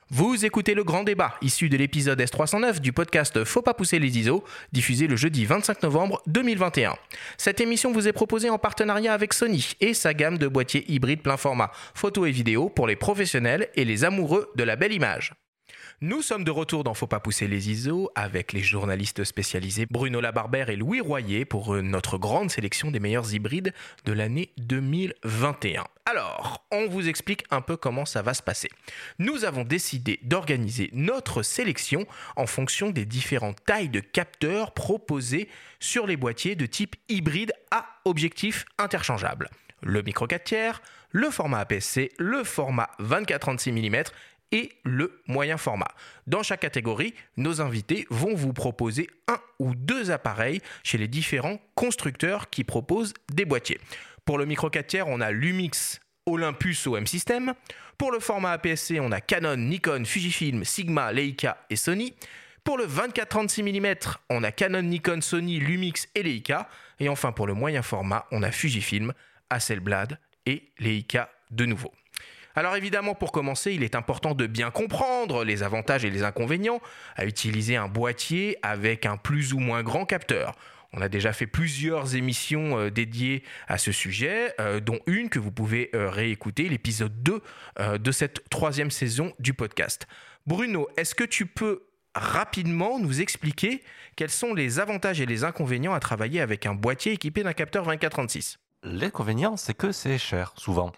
Vous écoutez le grand débat, issu de l'épisode S309 du podcast Faut pas pousser les ISO, diffusé le jeudi 25 novembre 2021. Cette émission vous est proposée en partenariat avec Sony et sa gamme de boîtiers hybrides plein format, photo et vidéo pour les professionnels et les amoureux de la belle image. Nous sommes de retour dans Faut pas pousser les ISO avec les journalistes spécialisés Bruno Labarbère et Louis Royer pour notre grande sélection des meilleurs hybrides de l'année 2021. Alors, on vous explique un peu comment ça va se passer. Nous avons décidé d'organiser notre sélection en fonction des différentes tailles de capteurs proposés sur les boîtiers de type hybride à objectif interchangeable. Le micro 4 tiers, le format APS-C, le format 24-36 mm et le moyen format. Dans chaque catégorie, nos invités vont vous proposer un ou deux appareils chez les différents constructeurs qui proposent des boîtiers. Pour le micro 4 tiers, on a Lumix, Olympus OM System. Pour le format APS-C, on a Canon, Nikon, Fujifilm, Sigma, Leica et Sony. Pour le 24-36 mm, on a Canon, Nikon, Sony, Lumix et Leica. Et enfin, pour le moyen format, on a Fujifilm, Hasselblad et Leica de nouveau. Alors évidemment, pour commencer, il est important de bien comprendre les avantages et les inconvénients à utiliser un boîtier avec un plus ou moins grand capteur. On a déjà fait plusieurs émissions dédiées à ce sujet, dont une que vous pouvez réécouter, l'épisode 2 de cette troisième saison du podcast. Bruno, est-ce que tu peux rapidement nous expliquer quels sont les avantages et les inconvénients à travailler avec un boîtier équipé d'un capteur 24-36 ? L'inconvénient, c'est que c'est cher, souvent.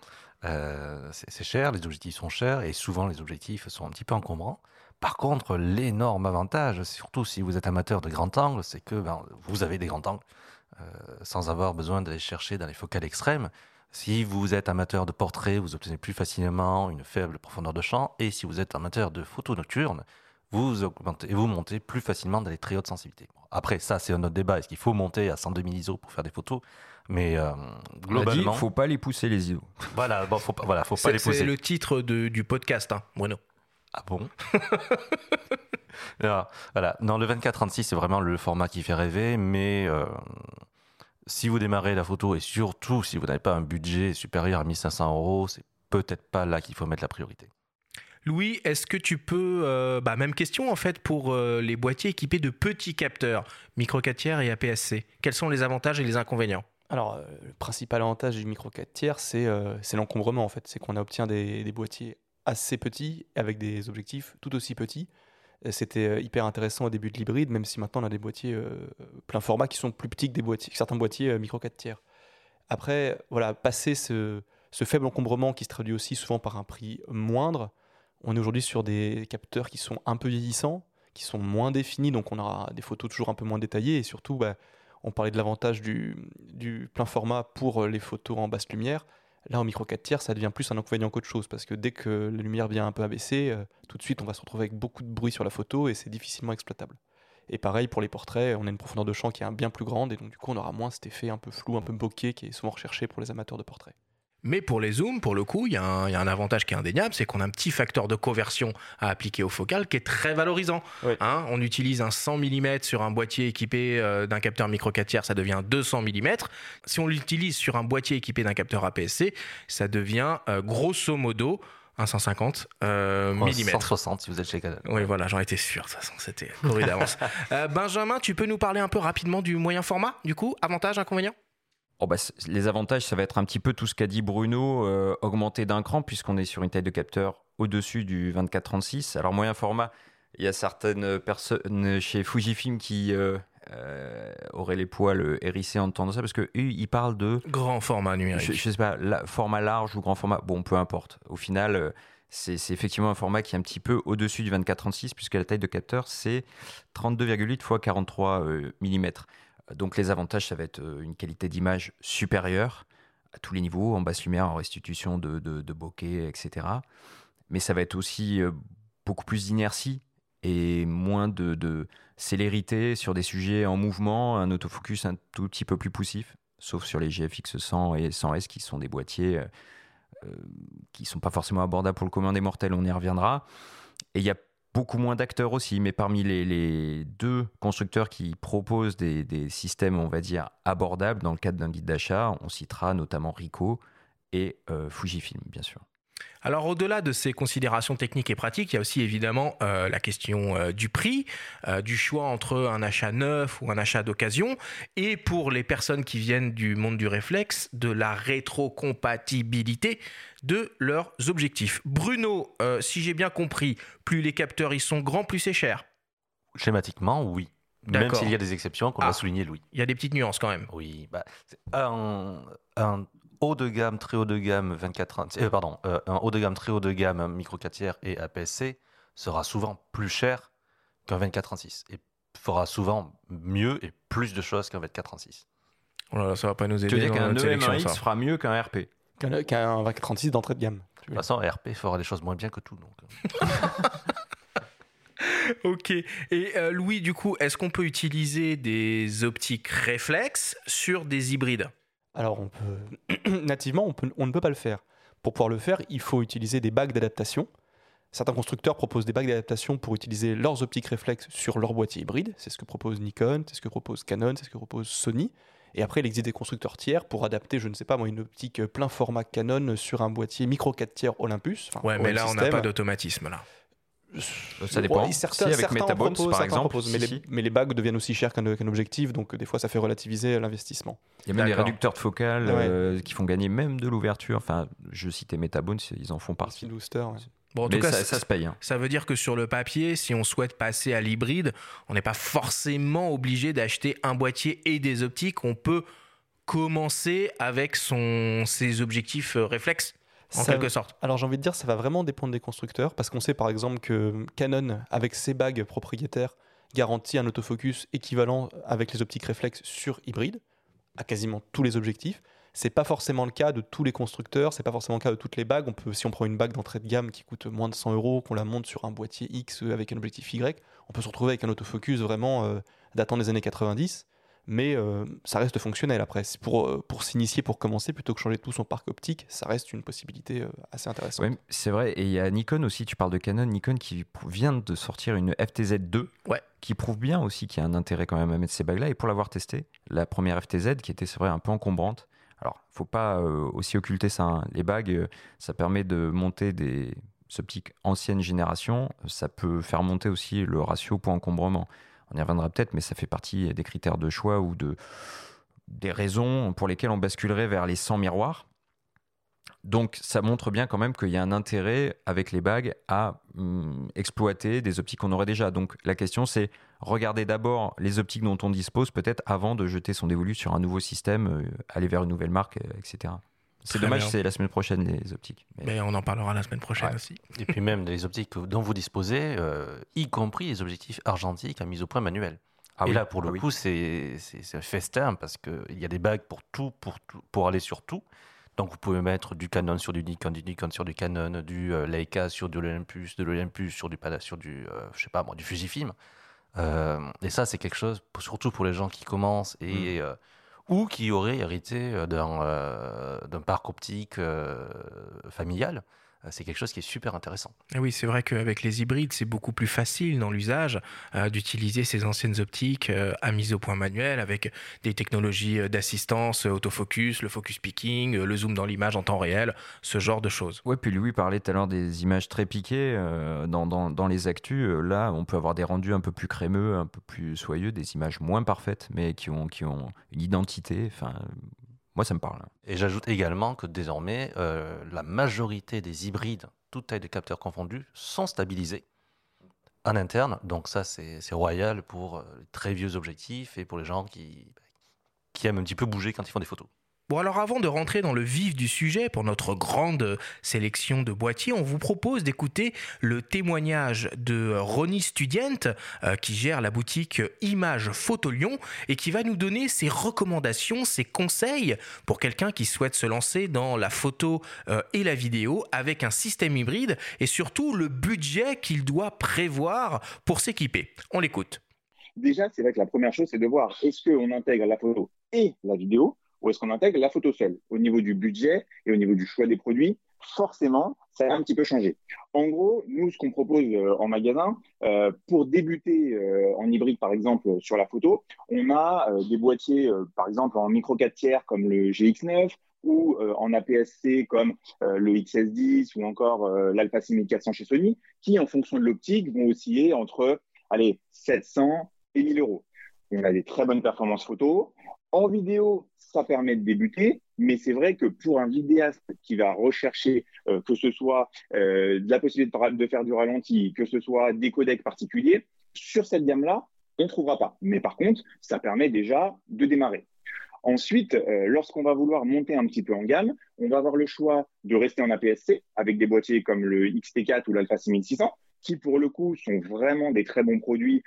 C'est cher, les objectifs sont chers et souvent les objectifs sont un petit peu encombrants. Par contre, l'énorme avantage, surtout si vous êtes amateur de grand angle, c'est que vous avez des grands angles sans avoir besoin d'aller chercher dans les focales extrêmes. Si vous êtes amateur de portrait, vous obtenez plus facilement une faible profondeur de champ. Et si vous êtes amateur de photos nocturnes, vous montez plus facilement dans les très hautes sensibilités. Bon, après, ça, c'est un autre débat. Est-ce qu'il faut monter à 102 000 ISO pour faire des photos ? Mais globalement, il ne faut pas les pousser les ISO. Voilà, faut pas les pousser. C'est le titre du podcast, Bruno. Ah bon? Voilà. Non, le 24-36, c'est vraiment le format qui fait rêver, mais si vous démarrez la photo et surtout si vous n'avez pas un budget supérieur à 1 500 €, c'est peut-être pas là qu'il faut mettre la priorité. Louis, est-ce que tu peux... même question en fait pour les boîtiers équipés de petits capteurs, micro 4 tiers et APS-C. Quels sont les avantages et les inconvénients ? Alors, le principal avantage du micro 4 tiers, c'est l'encombrement en fait. C'est qu'on obtient des boîtiers assez petits avec des objectifs tout aussi petits. C'était hyper intéressant au début de l'hybride, même si maintenant on a des boîtiers plein format qui sont plus petits que certains boîtiers micro 4 tiers. Après, voilà, passer ce faible encombrement qui se traduit aussi souvent par un prix moindre, on est aujourd'hui sur des capteurs qui sont un peu vieillissants, qui sont moins définis, donc on aura des photos toujours un peu moins détaillées et surtout, on parlait de l'avantage du plein format pour les photos en basse lumière. Là, en micro 4 tiers, ça devient plus un inconvénient qu'autre chose parce que dès que la lumière vient un peu abaisser, tout de suite, on va se retrouver avec beaucoup de bruit sur la photo et c'est difficilement exploitable. Et pareil, pour les portraits, on a une profondeur de champ qui est bien plus grande et donc du coup, on aura moins cet effet un peu flou, un peu bokeh qui est souvent recherché pour les amateurs de portraits. Mais pour les zooms, pour le coup, il y a un avantage qui est indéniable, c'est qu'on a un petit facteur de conversion à appliquer au focal qui est très valorisant. Oui. On utilise un 100 mm sur un boîtier équipé d'un capteur micro 4 tiers, ça devient 200 mm. Si on l'utilise sur un boîtier équipé d'un capteur APS-C, ça devient grosso modo un 150 mm. 160 si vous êtes chez Canon. Oui, voilà, j'en étais sûr, de toute façon, c'était couru d'avance. Benjamin, tu peux nous parler un peu rapidement du moyen format, du coup, avantages, inconvénients ? Les avantages, ça va être un petit peu tout ce qu'a dit Bruno, augmenté d'un cran, puisqu'on est sur une taille de capteur au-dessus du 24-36. Alors, moyen format, il y a certaines personnes chez Fujifilm qui auraient les poils hérissés en entendant ça, parce qu'eux, ils parlent de... Grand format numérique. Je sais pas, format large ou grand format, bon, peu importe. Au final, c'est effectivement un format qui est un petit peu au-dessus du 24-36, puisque la taille de capteur, c'est 32,8 x 43 mm. Donc les avantages, ça va être une qualité d'image supérieure à tous les niveaux, en basse lumière, en restitution de bokeh, etc. Mais ça va être aussi beaucoup plus d'inertie et moins de célérité sur des sujets en mouvement, un autofocus un tout petit peu plus poussif, sauf sur les GFX 100 et 100S qui sont des boîtiers qui ne sont pas forcément abordables pour le commun des mortels, on y reviendra. Et il y a beaucoup moins d'acteurs aussi, mais parmi les deux constructeurs qui proposent des systèmes, on va dire, abordables dans le cadre d'un guide d'achat, on citera notamment Ricoh et Fujifilm, bien sûr. Alors au-delà de ces considérations techniques et pratiques, il y a aussi évidemment la question du prix, du choix entre un achat neuf ou un achat d'occasion, et pour les personnes qui viennent du monde du réflexe, de la rétrocompatibilité de leurs objectifs. Bruno, si j'ai bien compris, plus les capteurs ils sont grands, plus c'est cher. Schématiquement, oui. Même D'accord. s'il y a des exceptions, comme l'a souligné Louis. Il y a des petites nuances quand même. Oui, un haut de gamme, très haut de gamme, un haut de gamme, très haut de gamme, micro 4 tiers et APS-C sera souvent plus cher qu'un 24-36 et fera souvent mieux et plus de choses qu'un 24-36. Oh là là, ça va pas nous aider. Tu veux dire dans qu'un notre sélection, EM1X ça. fera mieux qu'un RP? Qu'un 2436 d'entrée de gamme. De toute façon, RP fera des choses moins bien que tout. Donc. Ok. Et Louis, du coup, est-ce qu'on peut utiliser des optiques réflexes sur des hybrides? Alors, nativement, on ne peut pas le faire. Pour pouvoir le faire, il faut utiliser des bagues d'adaptation. Certains constructeurs proposent des bagues d'adaptation pour utiliser leurs optiques réflexes sur leur boîtier hybride. C'est ce que propose Nikon, c'est ce que propose Canon, c'est ce que propose Sony. Et après, il existe des constructeurs tiers pour adapter, je ne sais pas moi, une optique plein format Canon sur un boîtier micro 4 tiers Olympus. Ouais, mais là, on n'a pas d'automatisme, là. Ça dépend. Ouais, certains avec Metabones, par exemple, proposent, mais les bagues deviennent aussi chères qu'un objectif, donc des fois ça fait relativiser l'investissement. Il y a même des D'accord. réducteurs de focale qui font gagner même de l'ouverture. Enfin, je citais Metabones, ils en font partie. Speed Booster, ouais. Bon, en Mais tout cas, ça se paye. Hein. ça veut dire que sur le papier, si on souhaite passer à l'hybride, on n'est pas forcément obligé d'acheter un boîtier et des optiques. On peut commencer avec ses objectifs réflexes, en Ça- quelque sorte. Alors j'ai envie de dire, ça va vraiment dépendre des constructeurs, parce qu'on sait par exemple que Canon, avec ses bagues propriétaires, garantit un autofocus équivalent avec les optiques réflexes sur hybride, à quasiment tous les objectifs. C'est pas forcément le cas de tous les constructeurs, c'est pas forcément le cas de toutes les bagues. Si on prend une bague d'entrée de gamme qui coûte moins de 100 €, qu'on la monte sur un boîtier X avec un objectif Y, on peut se retrouver avec un autofocus vraiment datant des années 90. Mais ça reste fonctionnel après. Pour s'initier, pour commencer, plutôt que changer tout son parc optique, ça reste une possibilité assez intéressante. Ouais, c'est vrai. Et il y a Nikon aussi, tu parles de Canon, Nikon qui vient de sortir une FTZ2 Ouais. qui prouve bien aussi qu'il y a un intérêt quand même à mettre ces bagues-là. Et pour l'avoir testé, la première FTZ qui était, c'est vrai, un peu encombrante. Alors, faut pas aussi occulter ça. Hein. Les bagues, ça permet de monter des optiques ancienne génération. Ça peut faire monter aussi le ratio poids encombrement. On y reviendra peut-être, mais ça fait partie des critères de choix ou des raisons pour lesquelles on basculerait vers les 100 miroirs. Donc, ça montre bien quand même qu'il y a un intérêt avec les bagues à exploiter des optiques qu'on aurait déjà. Donc, la question, c'est regarder d'abord les optiques dont on dispose, peut-être avant de jeter son dévolu sur un nouveau système, aller vers une nouvelle marque, etc. C'est Très dommage, bien. c'est la semaine prochaine, les optiques. Mais on en parlera la semaine prochaine Ouais. aussi. Et puis même les optiques dont vous disposez, y compris les objectifs argentiques à mise au point manuelle. Ah et oui, là, pour le ah oui. coup, c'est un festin parce qu'il y a des bagues pour tout, pour aller sur tout. Donc, vous pouvez mettre du Canon sur du Nikon sur du Canon, du Leica sur de l'Olympus sur je sais pas moi, du Fujifilm. Et ça, c'est quelque chose, surtout pour les gens qui commencent et ou qui auraient hérité d'un parc optique familial. C'est quelque chose qui est super intéressant. Et oui, c'est vrai qu'avec les hybrides, c'est beaucoup plus facile dans l'usage d'utiliser ces anciennes optiques à mise au point manuel avec des technologies d'assistance, autofocus, le focus picking, le zoom dans l'image en temps réel, ce genre de choses. Ouais, puis Louis parlait tout à l'heure des images très piquées dans les actus. Là, on peut avoir des rendus un peu plus crémeux, un peu plus soyeux, des images moins parfaites, mais qui ont une identité. Enfin, moi, ça me parle. Et j'ajoute également que désormais, la majorité des hybrides, toutes tailles de capteurs confondus, sont stabilisés en interne. Donc ça, c'est royal pour les très vieux objectifs et pour les gens qui aiment un petit peu bouger quand ils font des photos. Bon, alors avant de rentrer dans le vif du sujet, pour notre grande sélection de boîtiers, on vous propose d'écouter le témoignage de Ronnie Studient, qui gère la boutique Images Photo Lyon et qui va nous donner ses recommandations, ses conseils pour quelqu'un qui souhaite se lancer dans la photo et la vidéo avec un système hybride et surtout le budget qu'il doit prévoir pour s'équiper. On l'écoute. Déjà, c'est vrai que la première chose, c'est de voir est-ce qu'on intègre la photo et la vidéo ou est-ce qu'on intègre la photo seule. Au niveau du budget et au niveau du choix des produits, forcément, ça va un petit peu changer. En gros, nous, ce qu'on propose en magasin, pour débuter en hybride, par exemple, sur la photo, on a des boîtiers, par exemple, en micro 4 tiers comme le GX9, ou en APS-C comme le XS10 ou encore l'Alpha 6400 chez Sony, qui en fonction de l'optique vont osciller entre 700 et 1000 euros. On a des très bonnes performances photo. En vidéo, ça permet de débuter, mais c'est vrai que pour un vidéaste qui va rechercher que ce soit de la possibilité de faire du ralenti, que ce soit des codecs particuliers, sur cette gamme-là, on ne trouvera pas. Mais par contre, ça permet déjà de démarrer. Ensuite, lorsqu'on va vouloir monter un petit peu en gamme, on va avoir le choix de rester en APS-C avec des boîtiers comme le XT4 ou l'Alpha 6600, qui pour le coup sont vraiment des très bons produits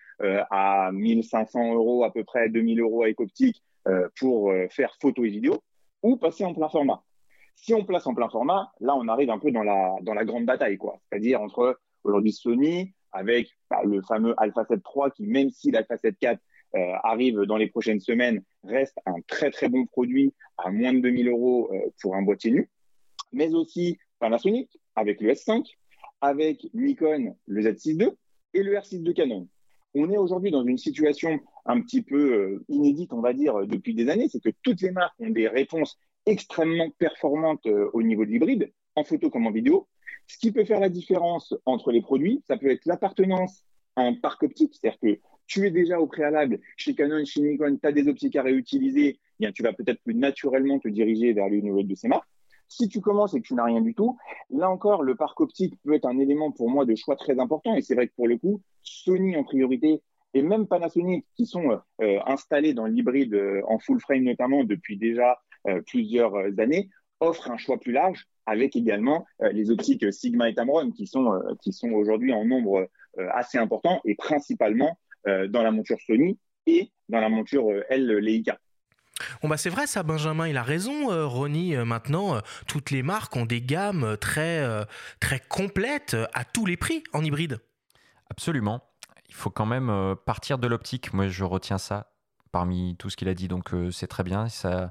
à 1500 euros à peu près, 2000 euros avec optique pour faire photo et vidéo, ou passer en plein format. Si on place en plein format, là on arrive un peu dans la grande bataille, quoi. C'est-à-dire entre aujourd'hui Sony avec le fameux Alpha 7 III qui, même si l'Alpha 7 IV arrive dans les prochaines semaines, reste un très très bon produit à moins de 2000 euros pour un boîtier nu, mais aussi Panasonic avec le S5, avec Nikon le Z6 II et le R6 de Canon. On est aujourd'hui dans une situation un petit peu inédite, on va dire, depuis des années, c'est que toutes les marques ont des réponses extrêmement performantes au niveau de l'hybride, en photo comme en vidéo. Ce qui peut faire la différence entre les produits, ça peut être l'appartenance à un parc optique, c'est-à-dire que tu es déjà au préalable chez Canon, chez Nikon, tu as des optiques à réutiliser, bien, tu vas peut-être plus naturellement te diriger vers l'une ou l'autre de ces marques. Si tu commences et que tu n'as rien du tout, là encore, le parc optique peut être un élément pour moi de choix très important. Et c'est vrai que pour le coup, Sony en priorité et même Panasonic, qui sont installés dans l'hybride en full frame notamment depuis déjà plusieurs années, offrent un choix plus large avec également les optiques Sigma et Tamron qui sont aujourd'hui en nombre assez important et principalement dans la monture Sony et dans la monture Leica. Bon bah c'est vrai ça, Benjamin, il a raison, Ronnie, maintenant toutes les marques ont des gammes très complètes à tous les prix en hybride. Absolument. Il faut quand même partir de l'optique. Moi je retiens ça parmi tout ce qu'il a dit, donc c'est très bien. Ça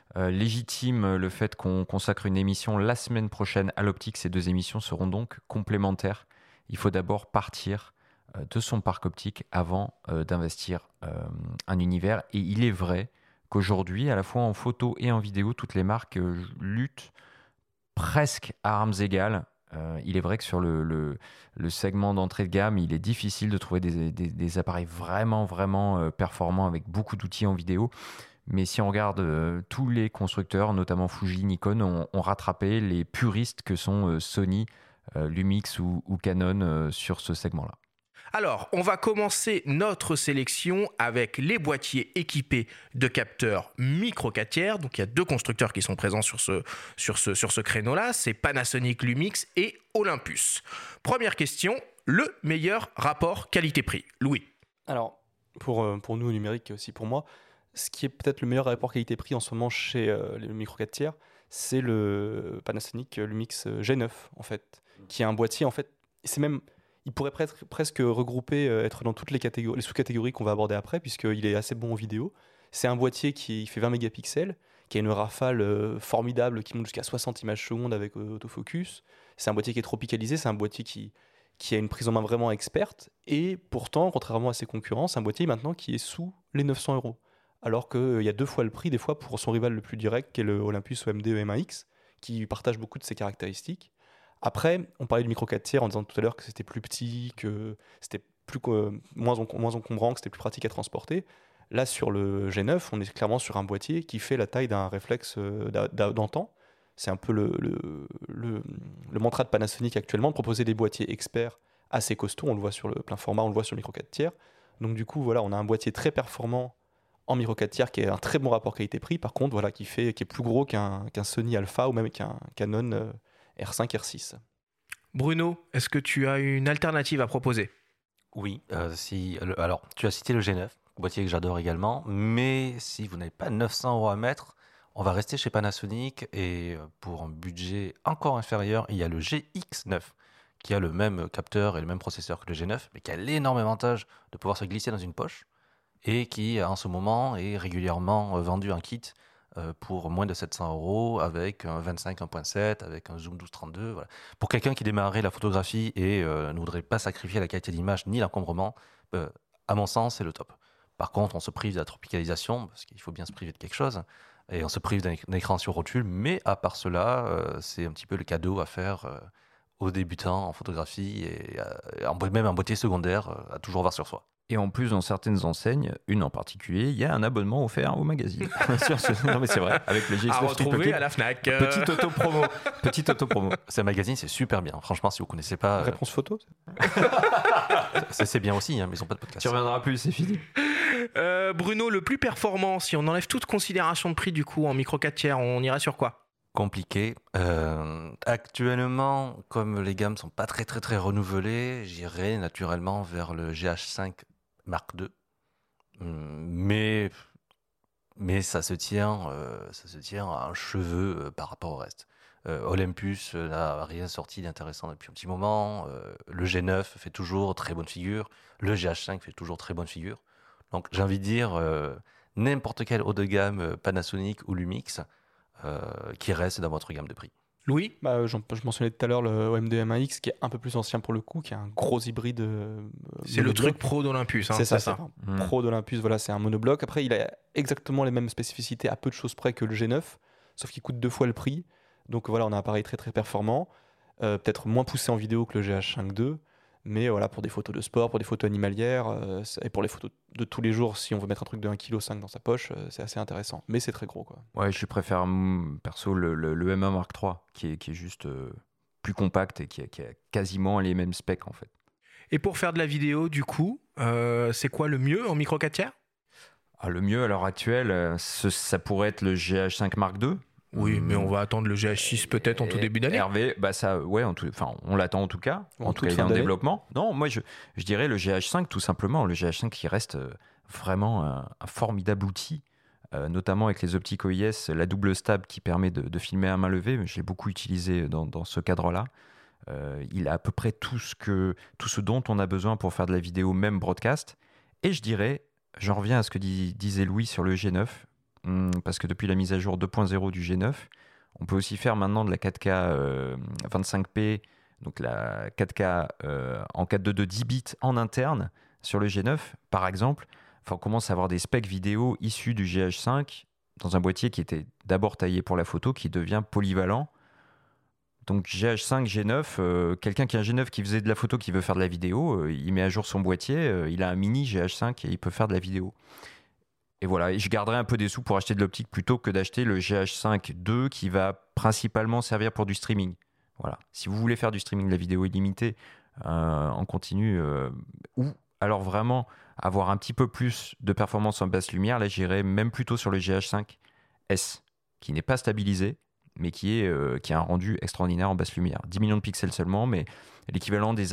légitime le fait qu'on consacre une émission la semaine prochaine à l'optique. Ces deux émissions seront donc complémentaires. Il faut d'abord partir de son parc optique avant d'investir un univers. Et il est vrai qu'aujourd'hui, à la fois en photo et en vidéo, toutes les marques luttent presque à armes égales. Il est vrai que sur le segment d'entrée de gamme, il est difficile de trouver des appareils vraiment performants avec beaucoup d'outils en vidéo. Mais si on regarde tous les constructeurs, notamment Fuji, Nikon, ont rattrapé les puristes que sont Sony, Lumix ou Canon sur ce segment-là. Alors, on va commencer notre sélection avec les boîtiers équipés de capteurs micro 4 tiers. Donc, il y a deux constructeurs qui sont présents sur ce créneau-là. C'est Panasonic, Lumix et Olympus. Première question, le meilleur rapport qualité-prix. Louis. Alors, pour nous, au numérique et aussi pour moi, ce qui est peut-être le meilleur rapport qualité-prix en ce moment chez les micro 4 tiers, c'est le Panasonic Lumix G9, en fait, qui est un boîtier, en fait, c'est même... Il pourrait presque regrouper, être dans toutes les sous-catégories qu'on va aborder après, puisqu'il est assez bon en vidéo. C'est un boîtier qui fait 20 mégapixels, qui a une rafale formidable, qui monte jusqu'à 60 images secondes avec autofocus. C'est un boîtier qui est tropicalisé, c'est un boîtier qui a une prise en main vraiment experte. Et pourtant, contrairement à ses concurrents, c'est un boîtier maintenant qui est sous les 900 euros. Alors qu'il y a 2 fois le prix, des fois, pour son rival le plus direct, qui est le Olympus OMD EM1X, qui partage beaucoup de ses caractéristiques. Après, on parlait du micro 4 tiers en disant tout à l'heure que c'était plus petit, que c'était moins encombrant, que c'était plus pratique à transporter. Là, sur le G9, on est clairement sur un boîtier qui fait la taille d'un réflexe d'antan. C'est un peu le mantra de Panasonic actuellement, de proposer des boîtiers experts assez costauds. On le voit sur le plein format, on le voit sur le micro 4 tiers. Donc du coup, voilà, on a un boîtier très performant en micro 4 tiers qui est un très bon rapport qualité-prix. Par contre, voilà, qui est plus gros qu'un Sony Alpha ou même qu'un Canon R5, R6. Bruno, est-ce que tu as une alternative à proposer ? Oui, alors tu as cité le G9, boîtier que j'adore également, mais si vous n'avez pas 900 € à mettre, on va rester chez Panasonic et pour un budget encore inférieur, il y a le GX9 qui a le même capteur et le même processeur que le G9, mais qui a l'énorme avantage de pouvoir se glisser dans une poche et qui en ce moment est régulièrement vendu en kit pour moins de 700 € avec un 25 1.7, avec un zoom 12-32. Voilà. Pour quelqu'un qui démarrait la photographie et ne voudrait pas sacrifier la qualité d'image ni l'encombrement, à mon sens, c'est le top. Par contre, on se prive de la tropicalisation, parce qu'il faut bien se priver de quelque chose. et on se prive d'un écran sur rotule, mais à part cela, c'est un petit peu le cadeau à faire aux débutants en photographie et même un boîtier secondaire à toujours avoir sur soi. Et en plus, dans certaines enseignes, une en particulier, il y a un abonnement offert au magazine. Non mais c'est vrai, avec le GX9 À Triple retrouver Clip. à la Fnac. Petite auto-promo. Petite auto-promo. C'est un magazine, c'est super bien. Franchement, si vous ne connaissez pas, Réponse photo. c'est bien aussi, hein, mais ils n'ont pas de podcast. Tu reviendras plus, c'est fini. Bruno, le plus performant, si on enlève toute considération de prix du coup en micro 4 tiers, on irait sur quoi? Compliqué. Actuellement, comme les gammes sont pas très renouvelées, j'irai naturellement vers le GH5 Mark II. Mais ça se tient à un cheveu par rapport au reste. Olympus n'a rien sorti d'intéressant depuis un petit moment. Le G9 fait toujours très bonne figure. Le GH5 fait toujours très bonne figure. Donc j'ai envie de dire n'importe quel haut de gamme Panasonic ou Lumix qui reste dans votre gamme de prix. Louis? Je mentionnais tout à l'heure le OM2 M1X qui est un peu plus ancien pour le coup, qui est un gros hybride. C'est le monobloc. truc pro d'Olympus, hein, C'est ça. Mm. Pro d'Olympus, voilà, c'est un monobloc. Après, il a exactement les mêmes spécificités à peu de choses près que le G9, sauf qu'il coûte 2 fois le prix. Donc voilà, on a un appareil très performant, peut-être moins poussé en vidéo que le GH5 II, mais voilà, pour des photos de sport, pour des photos animalières, et pour les photos de tous les jours, si on veut mettre un truc de 1,5 kg dans sa poche, c'est assez intéressant. Mais c'est très gros, quoi. Ouais, je préfère perso le M1 Mark III qui est juste plus compact et qui a quasiment les mêmes specs en fait. Et pour faire de la vidéo, du coup, c'est quoi le mieux en micro 4 tiers? Le mieux à l'heure actuelle, ça pourrait être le GH5 Mark II. Oui, mais on va attendre le GH6 peut-être en tout début d'année. Hervé, ça, ouais, on l'attend en tout cas. En tout cas, il est en développement. Non, moi, je dirais le GH5 tout simplement. Le GH5 qui reste vraiment un formidable outil, notamment avec les optiques OIS, la double stab qui permet de filmer à main levée. Je l'ai beaucoup utilisé dans ce cadre-là. Il a à peu près tout ce dont on a besoin pour faire de la vidéo, même broadcast. Et je dirais, j'en reviens à ce que disait Louis sur le G9. Parce que depuis la mise à jour 2.0 du G9, on peut aussi faire maintenant de la 4K 25p, donc la 4K en 4.2 de 10 bits en interne sur le G9, par exemple. Enfin, on commence à avoir des specs vidéo issus du GH5 dans un boîtier qui était d'abord taillé pour la photo, qui devient polyvalent. Donc GH5, G9, quelqu'un qui a un G9 qui faisait de la photo, qui veut faire de la vidéo, il met à jour son boîtier, il a un mini GH5 et il peut faire de la vidéo. Et voilà, et je garderai un peu des sous pour acheter de l'optique plutôt que d'acheter le GH5 II qui va principalement servir pour du streaming. Voilà. Si vous voulez faire du streaming de la vidéo illimitée en continu ou alors vraiment avoir un petit peu plus de performance en basse lumière, là j'irai même plutôt sur le GH5S qui n'est pas stabilisé mais qui a un rendu extraordinaire en basse lumière. 10 millions de pixels seulement, mais l'équivalent des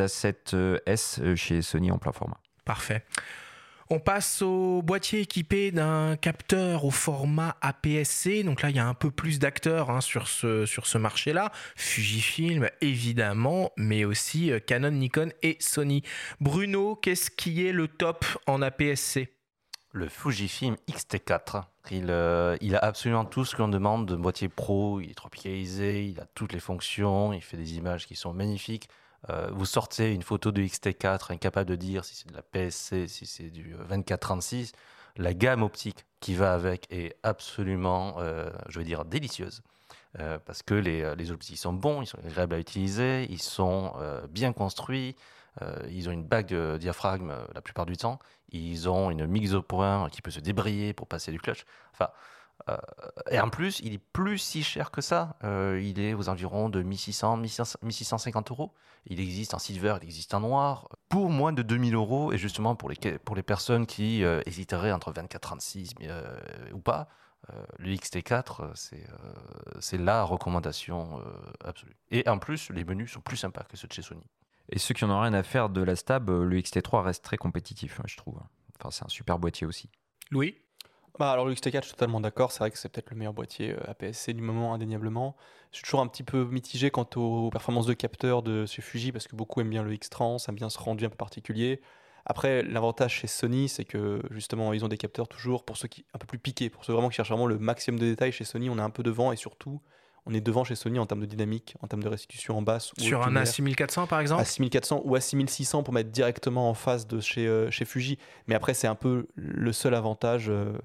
A7S chez Sony en plein format. Parfait. On passe au boîtier équipé d'un capteur au format APS-C. Donc là, il y a un peu plus d'acteurs sur ce marché-là. Fujifilm, évidemment, mais aussi Canon, Nikon et Sony. Bruno, qu'est-ce qui est le top en APS-C ? Le Fujifilm X-T4. Il a absolument tout ce qu'on demande de boîtier pro. Il est tropicalisé, il a toutes les fonctions, il fait des images qui sont magnifiques. Vous sortez une photo de X-T4 incapable de dire si c'est de la PSC, si c'est du 24-36. La gamme optique qui va avec est absolument, délicieuse. Parce que les optiques sont bons, ils sont agréables à utiliser, ils sont bien construits, ils ont une bague de diaphragme la plupart du temps, ils ont une mise au point qui peut se débrayer pour passer du clutch. Enfin, et en plus, il est plus si cher que ça. Il est aux environs de 1650 €. Il existe en silver, il existe en noir. Pour moins de 2000 €, et justement pour les personnes qui hésiteraient entre 24-36 ou pas, le XT4, c'est la recommandation absolue. Et en plus, les menus sont plus sympas que ceux de chez Sony. Et ceux qui n'en ont rien à faire de la stab, le XT3 reste très compétitif, je trouve. Enfin, c'est un super boîtier aussi. Louis ? Alors le XT4, je suis totalement d'accord, c'est vrai que c'est peut-être le meilleur boîtier APS-C du moment, indéniablement. Je suis toujours un petit peu mitigé quant aux performances de capteur de chez Fuji, parce que beaucoup aiment bien le X-Trans, aiment bien ce rendu un peu particulier. Après, l'avantage chez Sony, c'est que justement, ils ont des capteurs toujours pour ceux qui un peu plus piqués, pour ceux vraiment qui cherchent vraiment le maximum de détails. Chez Sony, on est un peu devant, et surtout, on est devant chez Sony en termes de dynamique, en termes de restitution en basse. Sur un A6400 par exemple ? A6400 ou A6600 pour mettre directement en face de chez Fuji. Mais après, c'est un peu le seul avantage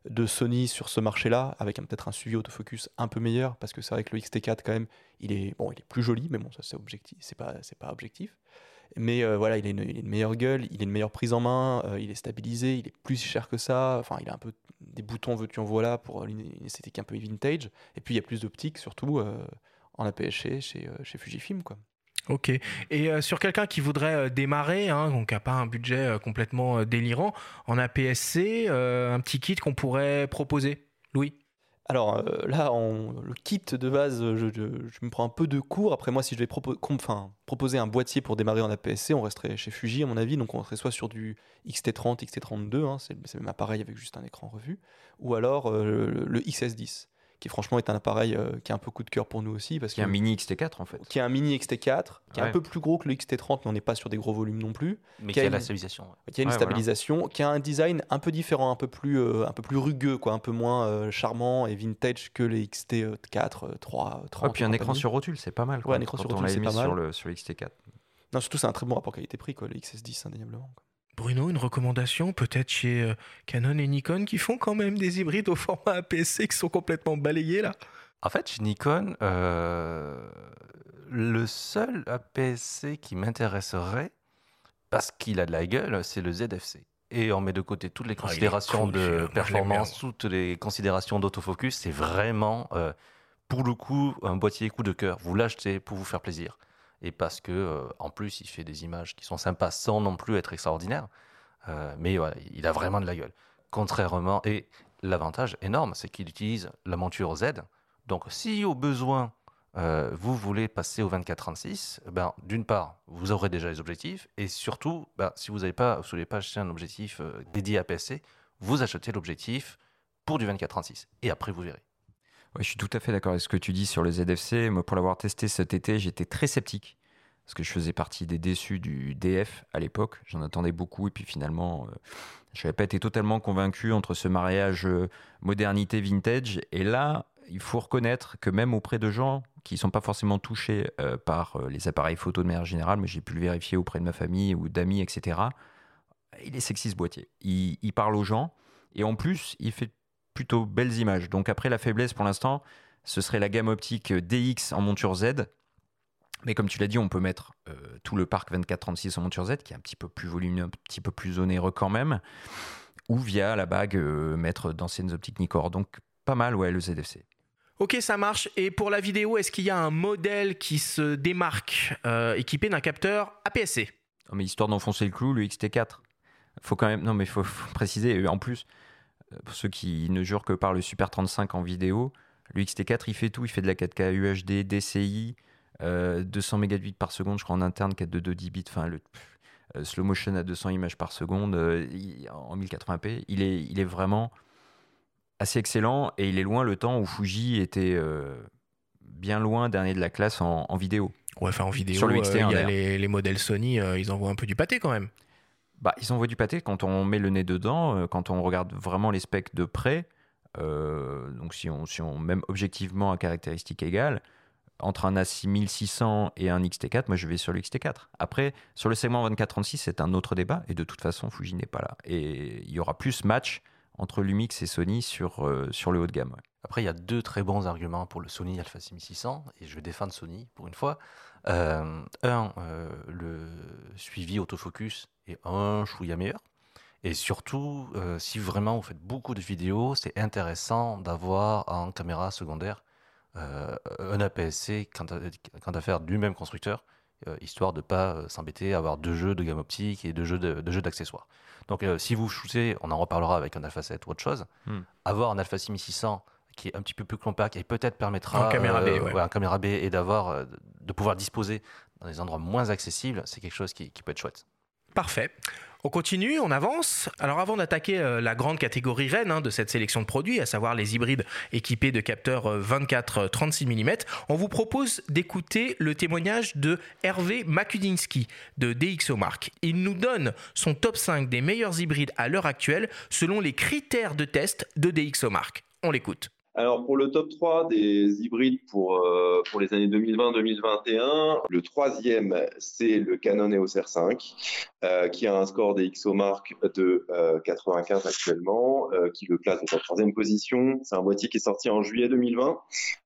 de Sony sur ce marché-là, avec peut-être un suivi autofocus un peu meilleur, parce que c'est vrai que le XT4 quand même, il est plus joli, mais bon, ça c'est objectif, c'est pas objectif. Mais voilà, il a une meilleure gueule, il a une meilleure prise en main, il est stabilisé, il est plus cher que ça. Enfin, il a un peu des boutons veux-tu en voilà pour une esthétique un peu vintage. Et puis il y a plus d'optique, surtout en APS-C chez Fujifilm, quoi. Ok. Et sur quelqu'un qui voudrait démarrer, donc qui n'a pas un budget complètement délirant, en APS-C, un petit kit qu'on pourrait proposer, Louis? Alors là, le kit de base, je me prends un peu de cours. Après moi, si je devais proposer un boîtier pour démarrer en APS-C, on resterait chez Fuji à mon avis. Donc on serait soit sur du XT30, XT32, c'est le même appareil avec juste un écran revu, ou alors le XS10, qui franchement est un appareil qui a un peu coup de cœur pour nous aussi. Qui est un mini XT4 en fait. Qui est un mini XT4, qui est un peu plus gros que le XT30, mais on n'est pas sur des gros volumes non plus. Mais qui a la stabilisation. Qui a une stabilisation, qui a un design un peu différent, un peu plus rugueux, quoi, un peu moins charmant et vintage que les XT4, 3, 30. Et puis un écran sur rotule, c'est pas mal. Ouais, un écran sur rotule, c'est pas mal. Sur le XT4. Non, surtout c'est un très bon rapport qualité-prix, quoi, le XS10, indéniablement, quoi. Bruno, une recommandation peut-être chez Canon et Nikon qui font quand même des hybrides au format APS-C qui sont complètement balayés là? En fait, chez Nikon, le seul APS-C qui m'intéresserait, parce qu'il a de la gueule, c'est le ZFC. Et on met de côté toutes les considérations de performance, toutes les considérations d'autofocus. C'est vraiment, pour le coup, un boîtier coup de cœur. Vous l'achetez pour vous faire plaisir. Et parce que, en plus, il fait des images qui sont sympas sans non plus être extraordinaires. Mais voilà, il a vraiment de la gueule. Contrairement, et l'avantage énorme, c'est qu'il utilise la monture Z. Donc, si au besoin, vous voulez passer au 24-36, d'une part, vous aurez déjà les objectifs. Et surtout, si vous n'avez pas acheté un objectif dédié à APS-C, vous achetez l'objectif pour du 24-36. Et après, vous verrez. Ouais, je suis tout à fait d'accord avec ce que tu dis sur le ZFC. Moi, pour l'avoir testé cet été, j'étais très sceptique parce que je faisais partie des déçus du DF à l'époque. J'en attendais beaucoup et puis finalement, je n'avais pas été totalement convaincu entre ce mariage modernité-vintage. Et là, il faut reconnaître que même auprès de gens qui ne sont pas forcément touchés par les appareils photo de manière générale, mais j'ai pu le vérifier auprès de ma famille ou d'amis, etc., il est sexy ce boîtier. Il parle aux gens et en plus, il fait plutôt belles images. Donc après, la faiblesse pour l'instant, ce serait la gamme optique DX en monture Z. Mais comme tu l'as dit, on peut mettre tout le parc 24-36 en monture Z, qui est un petit peu plus volumineux, un petit peu plus onéreux quand même, ou via la bague mettre d'anciennes optiques Nikkor. Donc pas mal, ouais, le ZFC. Ok, ça marche. Et pour la vidéo, est-ce qu'il y a un modèle qui se démarque équipé d'un capteur APS-C? Non, mais histoire d'enfoncer le clou, le XT4. Faut quand même, non mais faut préciser. En plus, pour ceux qui ne jurent que par le Super 35 en vidéo, le XT4 il fait tout. Il fait de la 4K UHD, DCI, 200 mégabits par seconde, je crois en interne, 422 10 bits. Enfin, le slow motion à 200 images par seconde en 1080p. Il est vraiment assez excellent et il est loin le temps où Fuji était bien loin dernier de la classe en vidéo. Ouais, enfin en vidéo, sur le XT1, il y a les modèles Sony, ils envoient un peu du pâté quand même. Ils envoient du pâté quand on met le nez dedans, quand on regarde vraiment les specs de près. Donc si on même objectivement à caractéristiques égales, entre un A6600 et un XT4, moi je vais sur le XT4. Après, sur le segment 24-36, c'est un autre débat et de toute façon, Fuji n'est pas là. Et il y aura plus match entre Lumix et Sony sur le haut de gamme. Ouais. Après, il y a deux très bons arguments pour le Sony Alpha 6600 et je vais défendre Sony pour une fois. Le suivi autofocus est un chouïa meilleur. Et surtout, si vraiment vous faites beaucoup de vidéos, c'est intéressant d'avoir en caméra secondaire un APS-C quant à faire du même constructeur, histoire de ne pas s'embêter à avoir deux jeux de gamme optique et deux jeux d'accessoires. Donc si vous shootez, on en reparlera avec un Alpha 7 ou autre chose, avoir un Alpha 6600 qui est un petit peu plus compact et peut-être permettra en caméra B, en caméra B et de pouvoir disposer dans des endroits moins accessibles, c'est quelque chose qui peut être chouette. Parfait. On continue, on avance. Alors avant d'attaquer la grande catégorie reine de cette sélection de produits, à savoir les hybrides équipés de capteurs 24-36 mm, on vous propose d'écouter le témoignage de Hervé Makudinski de DxOMark. Il nous donne son top 5 des meilleurs hybrides à l'heure actuelle selon les critères de test de DxOMark. On l'écoute. Alors, pour le top 3 des hybrides pour les années 2020-2021, le troisième, c'est le Canon EOS R5, qui a un score des DxOMark de 95 actuellement, qui le place dans la troisième position. C'est un boîtier qui est sorti en juillet 2020.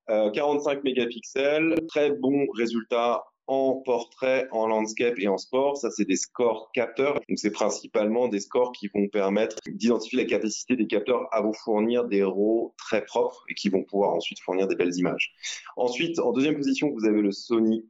45 mégapixels, très bon résultat en portrait, en landscape et en sport. Ça, c'est des scores capteurs. Donc, c'est principalement des scores qui vont permettre d'identifier la capacité des capteurs à vous fournir des RAW très propres et qui vont pouvoir ensuite fournir des belles images. Ensuite, en deuxième position, vous avez le Sony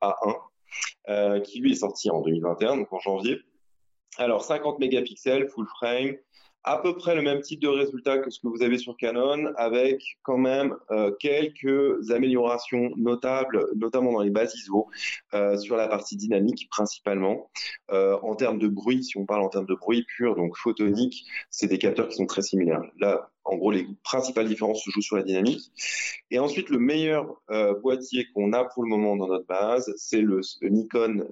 A1, qui lui est sorti en 2021, donc en janvier. Alors, 50 mégapixels, full frame, à peu près le même type de résultat que ce que vous avez sur Canon, avec quand même quelques améliorations notables, notamment dans les bases ISO, sur la partie dynamique principalement. En termes de bruit, si on parle en termes de bruit pur, donc photonique, c'est des capteurs qui sont très similaires. Là, en gII, les principales différences se jouent sur la dynamique. Et ensuite, le meilleur boîtier qu'on a pour le moment dans notre base, c'est le Nikon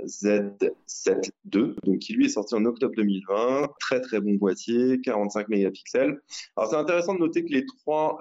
Z7 II, donc qui lui est sorti en octobre 2020. Très très bon boîtier, 45 mégapixels. Alors c'est intéressant de noter que les trois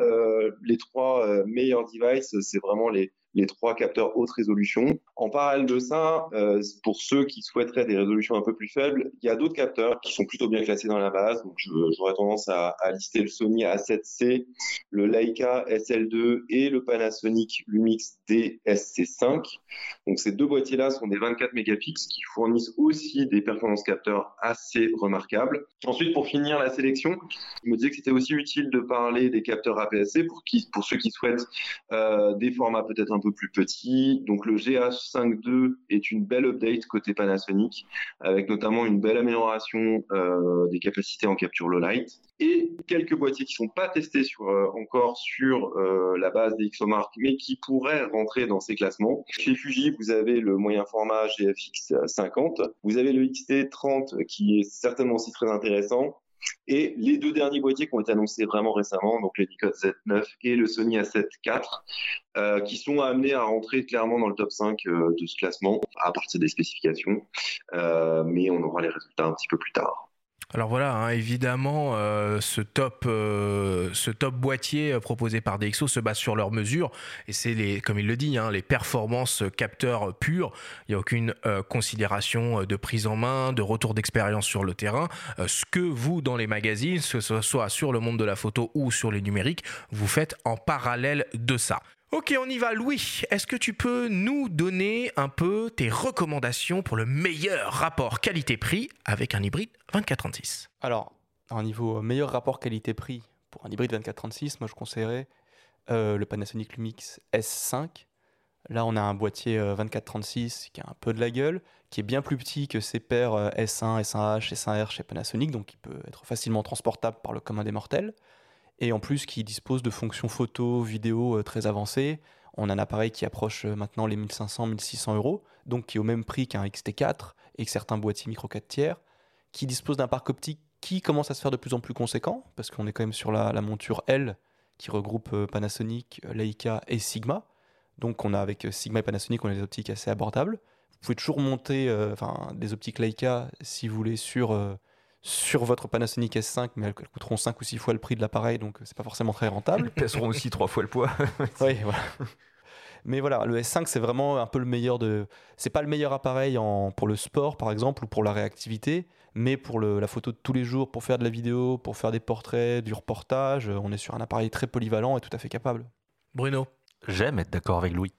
meilleurs devices, c'est vraiment les trois capteurs haute résolution. En parallèle de ça, pour ceux qui souhaiteraient des résolutions un peu plus faibles, il y a d'autres capteurs qui sont plutôt bien classés dans la base. Donc, j'aurais tendance à lister le Sony A7C, le Leica SL2 et le Panasonic Lumix DSC5. Donc, ces deux boîtiers-là sont des 24 mégapixels qui fournissent aussi des performances capteurs assez remarquables. Ensuite, pour finir la sélection, je me disais que c'était aussi utile de parler des capteurs APS-C pour ceux qui souhaitent des formats peut-être un peu plus petits. Donc le GH5 II est une belle update côté Panasonic, avec notamment une belle amélioration des capacités en capture low light, et quelques boîtiers qui ne sont pas testés encore sur la base des DxOMark, mais qui pourraient rentrer dans ces classements. Chez Fuji, vous avez le moyen format GFX 50, vous avez le XT30 qui est certainement aussi très intéressant. Et les deux derniers boîtiers qui ont été annoncés vraiment récemment, donc le Nikon Z9 et le Sony A7 IV, qui sont amenés à rentrer clairement dans le top 5 de ce classement à partir des spécifications, mais on aura les résultats un petit peu plus tard. Alors voilà, hein, évidemment, ce top boîtier proposé par DxO se base sur leurs mesures, et c'est comme il le dit, hein, les performances capteurs pures. Il n'y a aucune considération de prise en main, de retour d'expérience sur le terrain. Ce que vous, dans les magazines, que ce soit sur le monde de la photo ou sur les numériques, vous faites en parallèle de ça. Ok, on y va. Louis, est-ce que tu peux nous donner un peu tes recommandations pour le meilleur rapport qualité-prix avec un hybride 24-36 ? Alors, à un niveau meilleur rapport qualité-prix pour un hybride 24-36, moi je conseillerais le Panasonic Lumix S5. Là, on a un boîtier 24-36 qui a un peu de la gueule, qui est bien plus petit que ses pairs S1, S1H, S1R chez Panasonic, donc qui peut être facilement transportable par le commun des mortels. Et en plus qui dispose de fonctions photo, vidéo très avancées. On a un appareil qui approche maintenant les 1500-1600 €, donc qui est au même prix qu'un XT4 et que certains boîtiers micro 4 tiers, qui dispose d'un parc optique qui commence à se faire de plus en plus conséquent, parce qu'on est quand même sur la monture L, qui regroupe Panasonic, Leica et Sigma. Donc on a avec Sigma et Panasonic, on a des optiques assez abordables. Vous pouvez toujours monter des optiques Leica, si vous voulez, sur votre Panasonic S5, mais elles coûteront 5 ou 6 fois le prix de l'appareil, donc c'est pas forcément très rentable. Elles pèseront aussi 3 fois le poids. Oui, voilà. Mais voilà, le S5, c'est vraiment un peu le meilleur c'est pas le meilleur appareil pour le sport, par exemple, ou pour la réactivité, mais pour la photo de tous les jours, pour faire de la vidéo, pour faire des portraits, du reportage, on est sur un appareil très polyvalent et tout à fait capable. Bruno ? J'aime être d'accord avec Louis.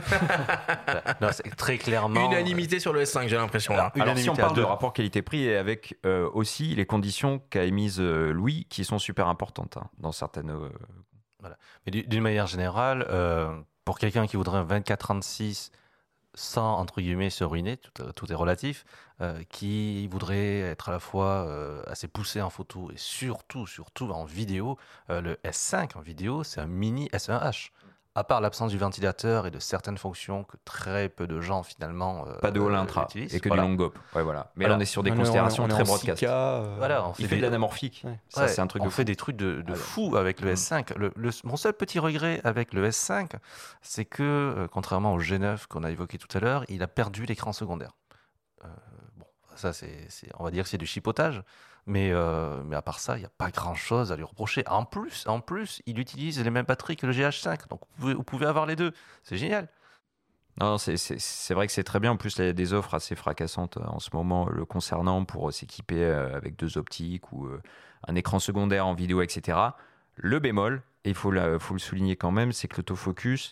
Non, c'est très clairement unanimité sur le S5, j'ai l'impression. Là. Alors si on parle de rapport qualité-prix et avec aussi les conditions qu'a émises Louis, qui sont super importantes dans certaines... Voilà. Mais d'une manière générale, pour quelqu'un qui voudrait un 24-36 sans, entre guillemets, se ruiner, tout est relatif, qui voudrait être à la fois assez poussé en photo et surtout en vidéo, le S5 en vidéo, c'est un mini S1H. À part l'absence du ventilateur et de certaines fonctions que très peu de gens finalement pas de all intra utilisent, et que du long gop. Ouais, voilà. Mais là on est sur des considérations très broadcast. Voilà, il fait de l'anamorphique. Ouais. Ça c'est un truc on de fait des trucs de fou avec le S5. Mon seul petit regret avec le S5, c'est que contrairement au G9 qu'on a évoqué tout à l'heure, il a perdu l'écran secondaire. Ça, on va dire que c'est du chipotage. Mais à part ça, il n'y a pas grand-chose à lui reprocher. En plus, il utilise les mêmes batteries que le GH5. Donc, vous pouvez avoir les deux. C'est génial. Non, c'est vrai que c'est très bien. En plus, il y a des offres assez fracassantes en ce moment le concernant pour s'équiper avec 2 optiques ou un écran secondaire en vidéo, etc. Le bémol, et il faut le souligner quand même, c'est que l'autofocus,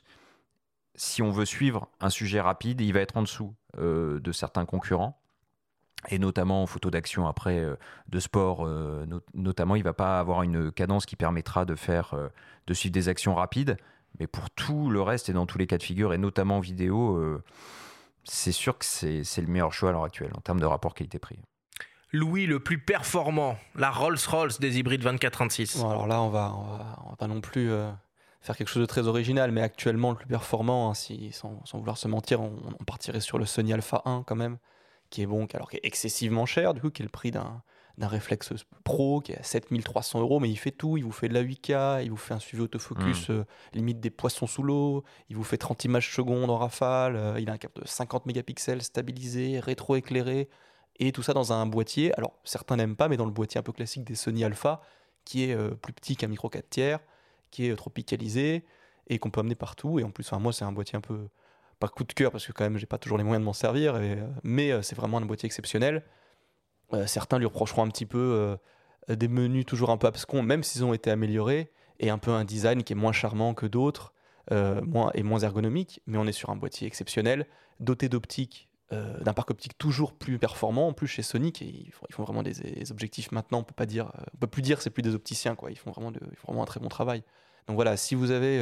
si on veut suivre un sujet rapide, il va être en dessous de certains concurrents. Et notamment en photo d'action après de sport, notamment, il ne va pas avoir une cadence qui permettra de suivre des actions rapides. Mais pour tout le reste et dans tous les cas de figure, et notamment en vidéo, c'est sûr que c'est le meilleur choix à l'heure actuelle en termes de rapport qualité-prix. Louis, le plus performant, la Rolls-Royce des hybrides 24-36. Bon, alors là, on va pas non plus faire quelque chose de très original, mais actuellement, le plus performant, sans vouloir se mentir, on partirait sur le Sony Alpha 1 quand même, qui est qui est excessivement cher, du coup, qui est le prix d'un réflexe pro qui est à 7300 €, mais il fait tout. Il vous fait de la 8K, il vous fait un suivi autofocus limite des poissons sous l'eau, il vous fait 30 images secondes en rafale, il a un capteur de 50 mégapixels stabilisé, rétro-éclairé, et tout ça dans un boîtier. Alors, certains n'aiment pas, mais dans le boîtier un peu classique des Sony Alpha, qui est plus petit qu'un micro 4 tiers, qui est tropicalisé, et qu'on peut amener partout. Et en plus, moi, c'est un boîtier un peu, pas coup de cœur, parce que quand même, j'ai pas toujours les moyens de m'en servir, mais c'est vraiment un boîtier exceptionnel. Certains lui reprocheront un petit peu des menus toujours un peu abscons, même s'ils ont été améliorés, et un peu un design qui est moins charmant que d'autres, moins ergonomique, mais on est sur un boîtier exceptionnel, doté d'optique, d'un parc optique toujours plus performant. En plus, chez Sony, ils font vraiment des objectifs maintenant, on peut plus dire que c'est plus des opticiens, quoi. Ils font vraiment un très bon travail. Donc voilà, si vous avez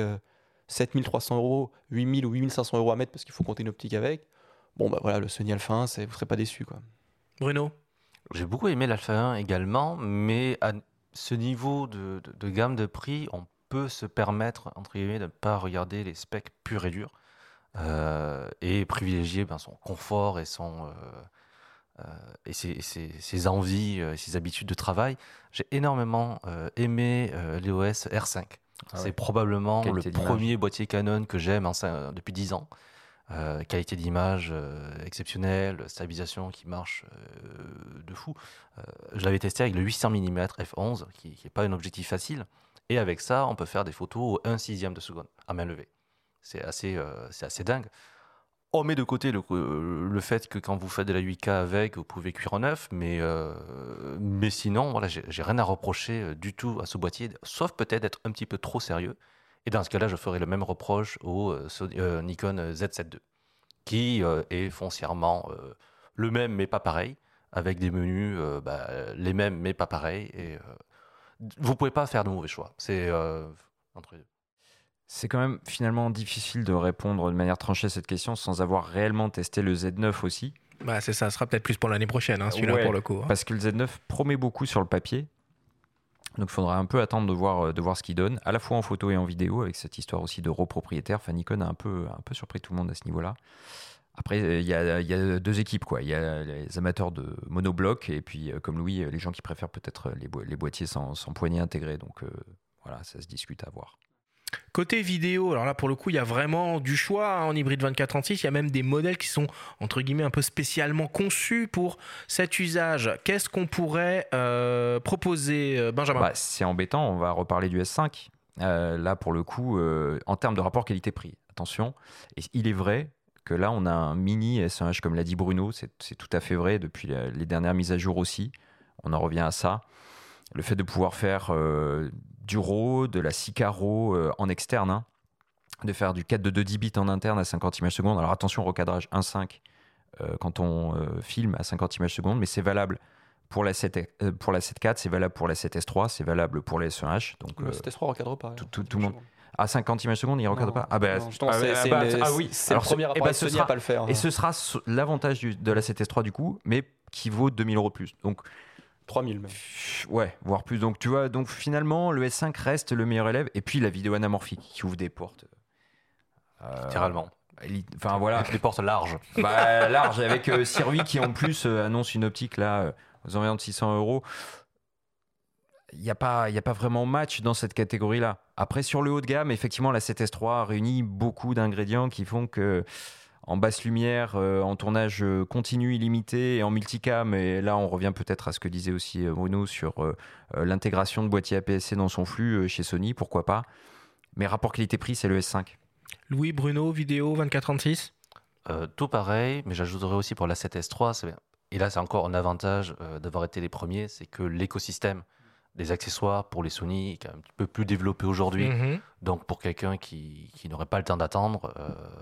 7300 €, 8000 ou 8500 € à mettre, parce qu'il faut compter une optique avec, bon bah voilà, le Sony Alpha 1, vous ne serez pas déçus, quoi. Bruno? J'ai beaucoup aimé l'Alpha 1 également, mais à ce niveau de gamme de prix, on peut se permettre, entre guillemets, de ne pas regarder les specs purs et durs et privilégier son confort et ses envies et ses habitudes de travail. J'ai énormément aimé l'EOS R5. C'est probablement Qualité le d'image. premier boîtier Canon que j'aime depuis 10 ans. Qualité d'image exceptionnelle, stabilisation qui marche de fou. Je l'avais testé avec le 800 mm f11, qui n'est pas un objectif facile. Et avec ça, on peut faire des photos au 1/6 de seconde, à main levée. C'est assez dingue. On met de côté le fait que quand vous faites de la 8K avec, vous pouvez cuire en œuf, mais sinon, voilà, j'ai rien à reprocher du tout à ce boîtier, sauf peut-être d'être un petit peu trop sérieux. Et dans ce cas-là, je ferai le même reproche au Nikon Z7 II, qui est foncièrement le même mais pas pareil, avec des menus les mêmes mais pas pareils. Et vous pouvez pas faire de mauvais choix. C'est entre les deux. C'est quand même finalement difficile de répondre de manière tranchée à cette question sans avoir réellement testé le Z9 aussi. Bah c'est ça, sera peut-être plus pour l'année prochaine, celui-là Ouais, pour le coup. Parce que le Z9 promet beaucoup sur le papier. Donc il faudra un peu attendre de voir ce qu'il donne, à la fois en photo et en vidéo, avec cette histoire aussi de copropriétaire. Enfin, Nikon a un peu surpris tout le monde à ce niveau-là. Après, il y a 2 équipes, quoi. Il y a les amateurs de monobloc et puis, comme Louis, les gens qui préfèrent peut-être les boîtiers sans poignée intégrée. Donc voilà, ça se discute à voir. Côté vidéo, alors là pour le coup il y a vraiment du choix en hybride 24-36, il y a même des modèles qui sont entre guillemets un peu spécialement conçus pour cet usage. Qu'est-ce qu'on pourrait proposer, Benjamin? C'est embêtant, on va reparler du S5. Là pour le coup, en termes de rapport qualité-prix, attention, et il est vrai que là on a un mini S1H comme l'a dit Bruno, c'est tout à fait vrai depuis les dernières mises à jour aussi, on en revient à ça. Le fait de pouvoir faire du RAW, de la 6K RAW en externe, de faire du 4 de 2 10 bits en interne à 50 images secondes. Alors attention, recadrage 1.5 quand on filme à 50 images secondes, mais c'est valable pour la 7.4, c'est valable pour la 7S3, c'est valable pour les S1H. Donc, le 7S3 recadre pas. Tout le monde. À 50 images secondes, il ne recadre pas. C'est le premier appareil Sony à pas le faire. Et ce sera l'avantage de la 7S3 du coup, mais qui vaut 2000 € plus. Donc 3000 même. Ouais, voire plus. Donc tu vois, donc finalement le S5 reste le meilleur élève. Et puis la vidéo anamorphique qui ouvre des portes. Littéralement. Enfin voilà. Avec des portes larges. Larges avec Sirui qui en plus annonce une optique là aux environs de 600 €. Il n'y a pas vraiment match dans cette catégorie-là. Après sur le haut de gamme, effectivement la 7S3 réunit beaucoup d'ingrédients qui font que en basse lumière, en tournage continu, illimité et en multicam. Et là, on revient peut-être à ce que disait aussi Bruno sur l'intégration de boîtiers APS-C dans son flux chez Sony, pourquoi pas. Mais rapport qualité-prix, c'est le S5. Louis, Bruno, vidéo 24-36 Tout pareil, mais j'ajouterais aussi pour l'A7S3, et là c'est encore un avantage d'avoir été les premiers, c'est que l'écosystème des accessoires pour les Sony est un petit peu plus développé aujourd'hui. Mhm. Donc pour quelqu'un qui n'aurait pas le temps d'attendre,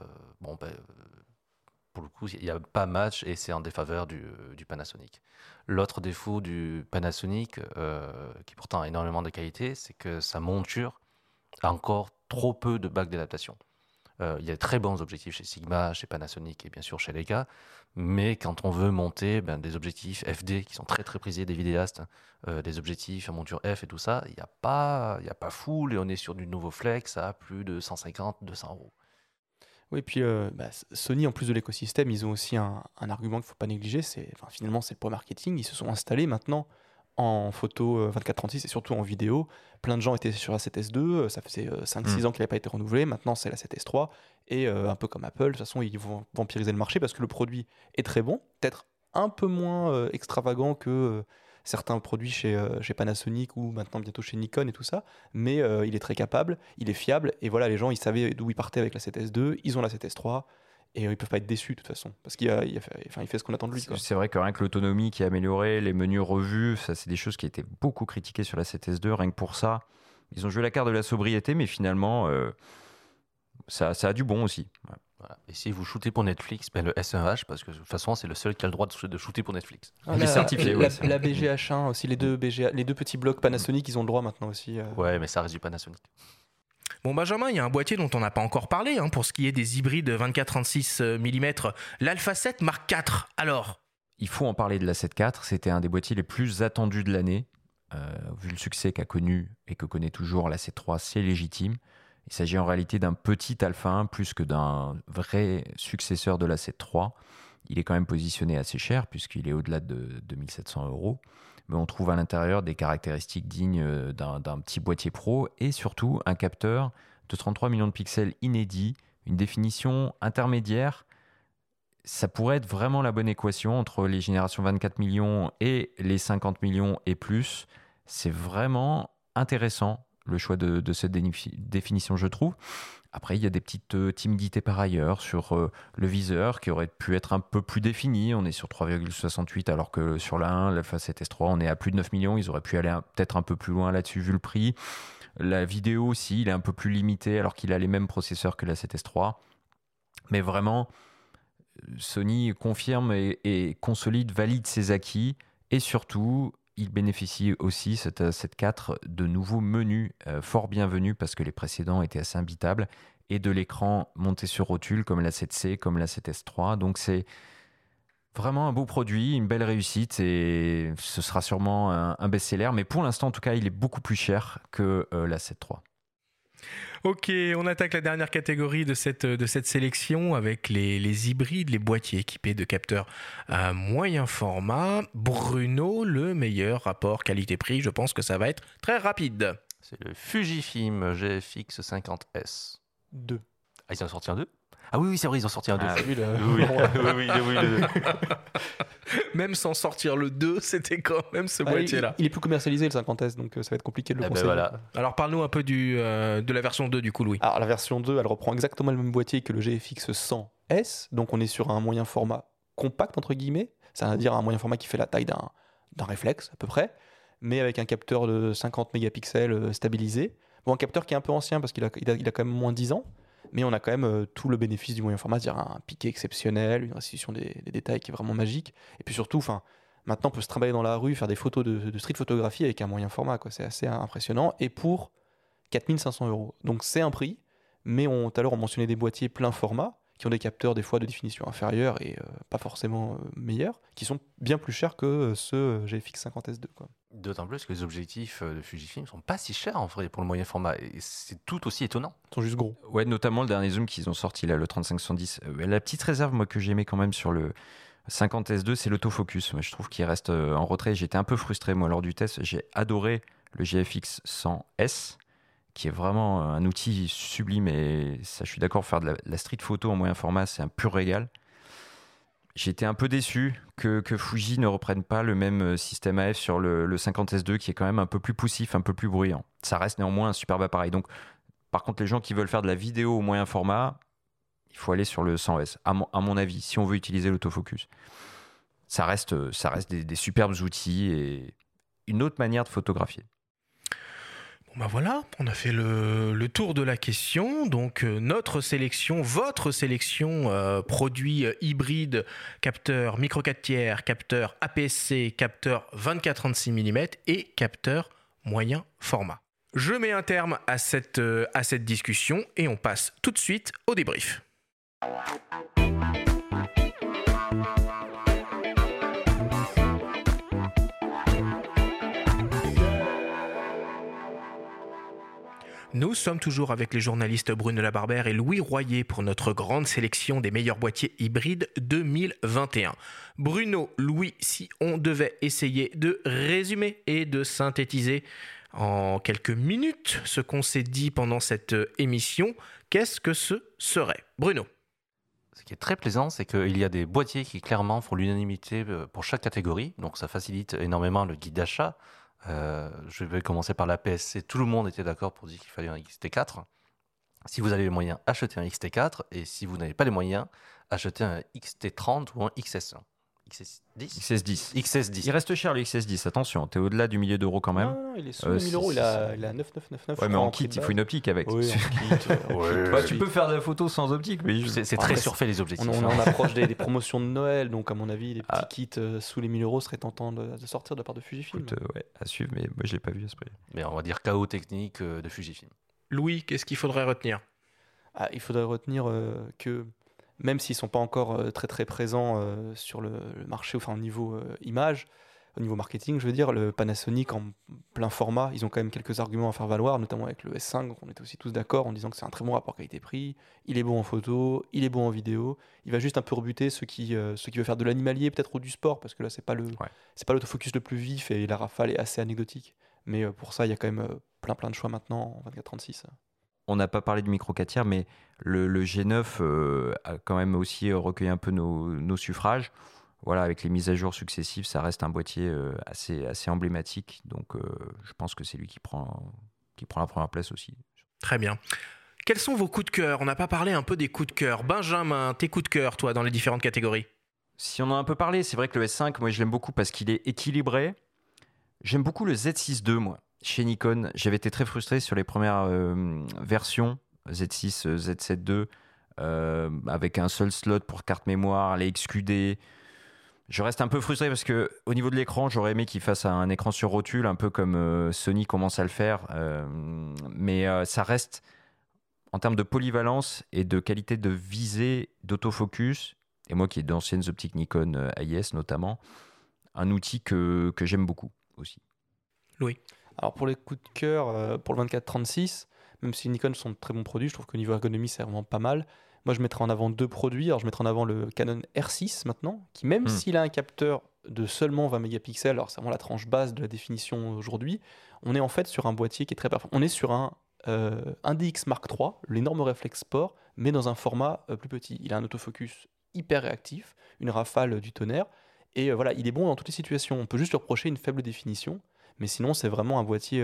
pour le coup, il n'y a pas match et c'est en défaveur du Panasonic. L'autre défaut du Panasonic, qui pourtant a énormément de qualité, c'est que sa monture a encore trop peu de bacs d'adaptation. Il y a de très bons objectifs chez Sigma, chez Panasonic et bien sûr chez Leica, mais quand on veut monter des objectifs FD qui sont très très prisés des vidéastes, des objectifs à monture F et tout ça, il n'y a pas full et on est sur du nouveau flex à plus de 150, 200 euros. Oui, puis Sony, en plus de l'écosystème, ils ont aussi un argument qu'il ne faut pas négliger, finalement c'est le point marketing, ils se sont installés maintenant en photo 24-36 et surtout en vidéo. Plein de gens étaient sur la 7S2, ça faisait 5-6 ans qu'il n'avait pas été renouvelé, maintenant c'est la 7S3, et un peu comme Apple, de toute façon ils vont vampiriser le marché parce que le produit est très bon, peut-être un peu moins extravagant que certains produits chez Panasonic ou maintenant bientôt chez Nikon et tout ça, mais il est très capable, il est fiable, et voilà, les gens ils savaient d'où ils partaient avec la 7S2, ils ont la 7S3, et ils peuvent pas être déçus de toute façon, parce qu'il fait ce qu'on attend de lui, quoi. C'est vrai que rien que l'autonomie qui est améliorée, les menus revus, ça c'est des choses qui étaient beaucoup critiquées sur la 7S2, rien que pour ça. Ils ont joué la carte de la sobriété, mais finalement, ça a du bon aussi. Ouais. Voilà. Et si vous shootez pour Netflix, le S1H, parce que de toute façon c'est le seul qui a le droit de shooter pour Netflix. Il est certifié. La BGH1 aussi, les deux petits blocs Panasonic, ils ont le droit maintenant aussi. Ouais, mais ça reste du Panasonic. Bon Benjamin, il y a un boîtier dont on n'a pas encore parlé, pour ce qui est des hybrides 24-36 mm, l'Alpha 7 Mark IV. Alors, il faut en parler de la 7 IV, c'était un des boîtiers les plus attendus de l'année. Vu le succès qu'a connu et que connaît toujours la 7 III, c'est légitime. Il s'agit en réalité d'un petit Alpha 1 plus que d'un vrai successeur de la 7 III. Il est quand même positionné assez cher puisqu'il est au-delà de 2700 €. Mais on trouve à l'intérieur des caractéristiques dignes d'un petit boîtier pro et surtout un capteur de 33 millions de pixels inédit, une définition intermédiaire. Ça pourrait être vraiment la bonne équation entre les générations 24 millions et les 50 millions et plus. C'est vraiment intéressant le choix de cette définition, je trouve. Après, il y a des petites timidités par ailleurs sur le viseur qui aurait pu être un peu plus défini. On est sur 3,68 alors que sur la 1, l'Alpha 7S3, on est à plus de 9 millions. Ils auraient pu aller peut-être un peu plus loin là-dessus vu le prix. La vidéo aussi, il est un peu plus limité alors qu'il a les mêmes processeurs que la 7S3. Mais vraiment, Sony confirme et consolide, valide ses acquis et surtout, il bénéficie aussi, cette 4, de nouveaux menus fort bienvenus parce que les précédents étaient assez imbitables et de l'écran monté sur rotule comme la 7C, comme la 7S3. Donc c'est vraiment un beau produit, une belle réussite et ce sera sûrement un best-seller. Mais pour l'instant, en tout cas, il est beaucoup plus cher que la 7 III. Ok, on attaque la dernière catégorie de cette sélection avec les hybrides, les boîtiers équipés de capteurs à moyen format. Bruno, le meilleur rapport qualité-prix, je pense que ça va être très rapide. C'est le Fujifilm GFX 50S. 2. Ah, ils en ont sorti un 2 ? Ah oui, c'est vrai, ils ont sorti un 2. Oui. Même sans sortir le 2, c'était quand même ce boîtier-là. Il est plus commercialisé le 50S, donc ça va être compliqué de le conseiller. Voilà. Alors parle-nous un peu de la version 2 du coup, Louis. Alors la version 2, elle reprend exactement le même boîtier que le GFX 100S, donc on est sur un moyen format compact entre guillemets, c'est-à-dire un moyen format qui fait la taille d'un réflexe à peu près, mais avec un capteur de 50 mégapixels stabilisé. Bon, un capteur qui est un peu ancien parce qu'il a quand même moins de 10 ans, mais on a quand même tout le bénéfice du moyen format, c'est-à-dire un piqué exceptionnel, une restitution des détails qui est vraiment magique, et puis surtout, maintenant on peut se trimballer dans la rue, faire des photos de street photographie avec un moyen format, quoi. C'est assez impressionnant, et pour 4 500 €. Donc c'est un prix, mais tout à l'heure on mentionnait des boîtiers plein format, qui ont des capteurs des fois de définition inférieure et pas forcément meilleurs, qui sont bien plus chers que ce GFX 50S2, quoi. D'autant plus que les objectifs de Fujifilm sont pas si chers en vrai pour le moyen format, et c'est tout aussi étonnant. Ils sont juste gros. Ouais, notamment le dernier zoom qu'ils ont sorti, là, le 35-110. La petite réserve, moi, que j'aimais quand même sur le 50S2, c'est l'autofocus. Moi, je trouve qu'il reste en retrait. J'étais un peu frustré, moi, lors du test. J'ai adoré le GFX 100S, qui est vraiment un outil sublime. Et ça, je suis d'accord, faire de la street photo en moyen format, c'est un pur régal. J'étais un peu déçu que Fuji ne reprenne pas le même système AF sur le 50S2 qui est quand même un peu plus poussif, un peu plus bruyant. Ça reste néanmoins un superbe appareil. Donc, par contre, les gens qui veulent faire de la vidéo au moyen format, il faut aller sur le 100S, à mon avis, si on veut utiliser l'autofocus. Ça reste des superbes outils et une autre manière de photographier. Bon bah voilà, on a fait le tour de la question. Donc notre sélection, votre sélection produits hybrides, capteur micro 4 tiers, capteur APS-C, capteur 24-36 mm et capteur moyen format. Je mets un terme à cette discussion et on passe tout de suite au débrief. Nous sommes toujours avec les journalistes Bruno Labarbère et Louis Royer pour notre grande sélection des meilleurs boîtiers hybrides 2021. Bruno, Louis, si on devait essayer de résumer et de synthétiser en quelques minutes ce qu'on s'est dit pendant cette émission, qu'est-ce que ce serait? Bruno. Ce qui est très plaisant, c'est qu'il y a des boîtiers qui clairement font l'unanimité pour chaque catégorie, donc ça facilite énormément le guide d'achat. Je vais commencer par la PSC. Tout le monde était d'accord pour dire qu'il fallait un XT4. Si vous avez les moyens, achetez un XT4. Et si vous n'avez pas les moyens, achetez un XT30 ou un XS1. XS10. XS10. Il reste cher le XS10, attention, t'es au-delà du millier d'euros quand même. Non, il est sous 1000 euros, il a 9,999. Ouais, mais en kit, il faut une optique avec. Oui, en kit. Ouais, tu peux faire de la photo sans optique, mais c'est très surfait les objectifs. On approche des promotions de Noël, donc à mon avis, les petits kits sous les 1000 euros seraient tentants de sortir de la part de Fujifilm. Ouais, à suivre, mais moi je l'ai pas vu à ce prix. Mais on va dire chaos technique de Fujifilm. Louis, qu'est-ce qu'il faudrait retenir? Il faudrait retenir que même s'ils ne sont pas encore très très présents sur le marché, enfin au niveau image, au niveau marketing, je veux dire, le Panasonic en plein format, ils ont quand même quelques arguments à faire valoir, notamment avec le S5, on était aussi tous d'accord en disant que c'est un très bon rapport qualité-prix, il est bon en photo, il est bon en vidéo, il va juste un peu rebuter ceux qui veulent faire de l'animalier peut-être ou du sport, parce que là c'est pas l'autofocus le plus vif et la rafale est assez anecdotique, mais pour ça il y a quand même plein de choix maintenant en 24-36. On n'a pas parlé du micro 4 tiers, mais le G9 a quand même aussi recueilli un peu nos suffrages. Voilà, avec les mises à jour successives, ça reste un boîtier assez emblématique. Donc, je pense que c'est lui qui prend la première place aussi. Très bien. Quels sont vos coups de cœur? On n'a pas parlé un peu des coups de cœur. Benjamin, tes coups de cœur, toi, dans les différentes catégories? Si on en a un peu parlé, c'est vrai que le S5, moi, je l'aime beaucoup parce qu'il est équilibré. J'aime beaucoup le Z6 II, moi. Chez Nikon, j'avais été très frustré sur les premières versions Z6, Z7 II, avec un seul slot pour carte mémoire, les XQD. Je reste un peu frustré parce que au niveau de l'écran, j'aurais aimé qu'il fasse un écran sur rotule, un peu comme Sony commence à le faire. Mais ça reste, en termes de polyvalence et de qualité de visée, d'autofocus, et moi qui ai d'anciennes optiques Nikon AIS notamment, un outil que j'aime beaucoup aussi. Louis. Alors pour les coups de cœur, pour le 24-36, même si Nikon sont de très bons produits, je trouve qu'au niveau ergonomie c'est vraiment pas mal. Moi je mettrais en avant deux produits. Alors je mettrais en avant le Canon R6 maintenant, qui même s'il a un capteur de seulement 20 mégapixels, alors c'est vraiment la tranche basse de la définition aujourd'hui, on est en fait sur un boîtier qui est très performant. On est sur un DX Mark III, l'énorme réflexe sport, mais dans un format plus petit. Il a un autofocus hyper réactif, une rafale du tonnerre, et voilà, il est bon dans toutes les situations. On peut juste lui reprocher une faible définition, mais sinon c'est vraiment un boîtier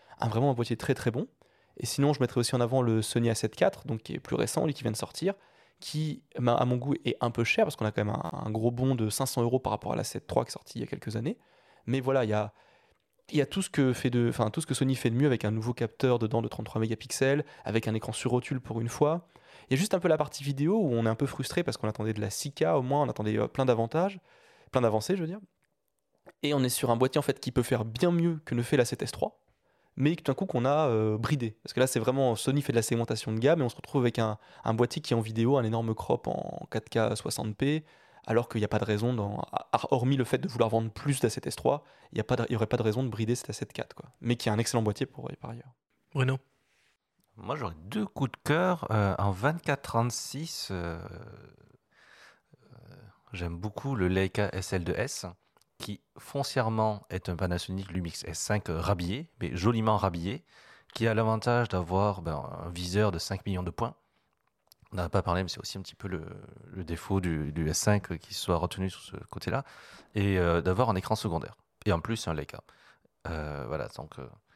très très bon. Et sinon je mettrais aussi en avant le Sony A7 IV, donc qui est plus récent, lui qui vient de sortir, qui à mon goût est un peu cher parce qu'on a quand même un gros bond de 500 € par rapport à l'A7 III qui est sorti il y a quelques années. Mais voilà, il y a tout ce que Sony fait de mieux, avec un nouveau capteur dedans de 33 mégapixels, avec un écran sur rotule pour une fois. Il y a juste un peu la partie vidéo où on est un peu frustré parce qu'on attendait de la 6K au moins, on attendait plein d'avancées je veux dire. Et on est sur un boîtier en fait qui peut faire bien mieux que ne fait la 7S III, mais tout d'un coup qu'on a bridé. Parce que là c'est vraiment, Sony fait de la segmentation de gamme et on se retrouve avec un boîtier qui est en vidéo, un énorme crop en 4K 60p, alors qu'il n'y a pas de raison, hormis le fait de vouloir vendre plus d'A7S III, il n'y aurait pas de raison de brider cet A7 IV, quoi. Mais qui est un excellent boîtier par ailleurs. Bruno. Moi j'aurais deux coups de cœur. En 24-36, j'aime beaucoup le Leica SL2S, qui foncièrement est un Panasonic Lumix S5 rhabillé, mais joliment rhabillé, qui a l'avantage d'avoir un viseur de 5 millions de points. On n'en a pas parlé, mais c'est aussi un petit peu le défaut du S5 qui soit retenu sur ce côté-là, et d'avoir un écran secondaire. Et en plus, un Leica. Voilà, donc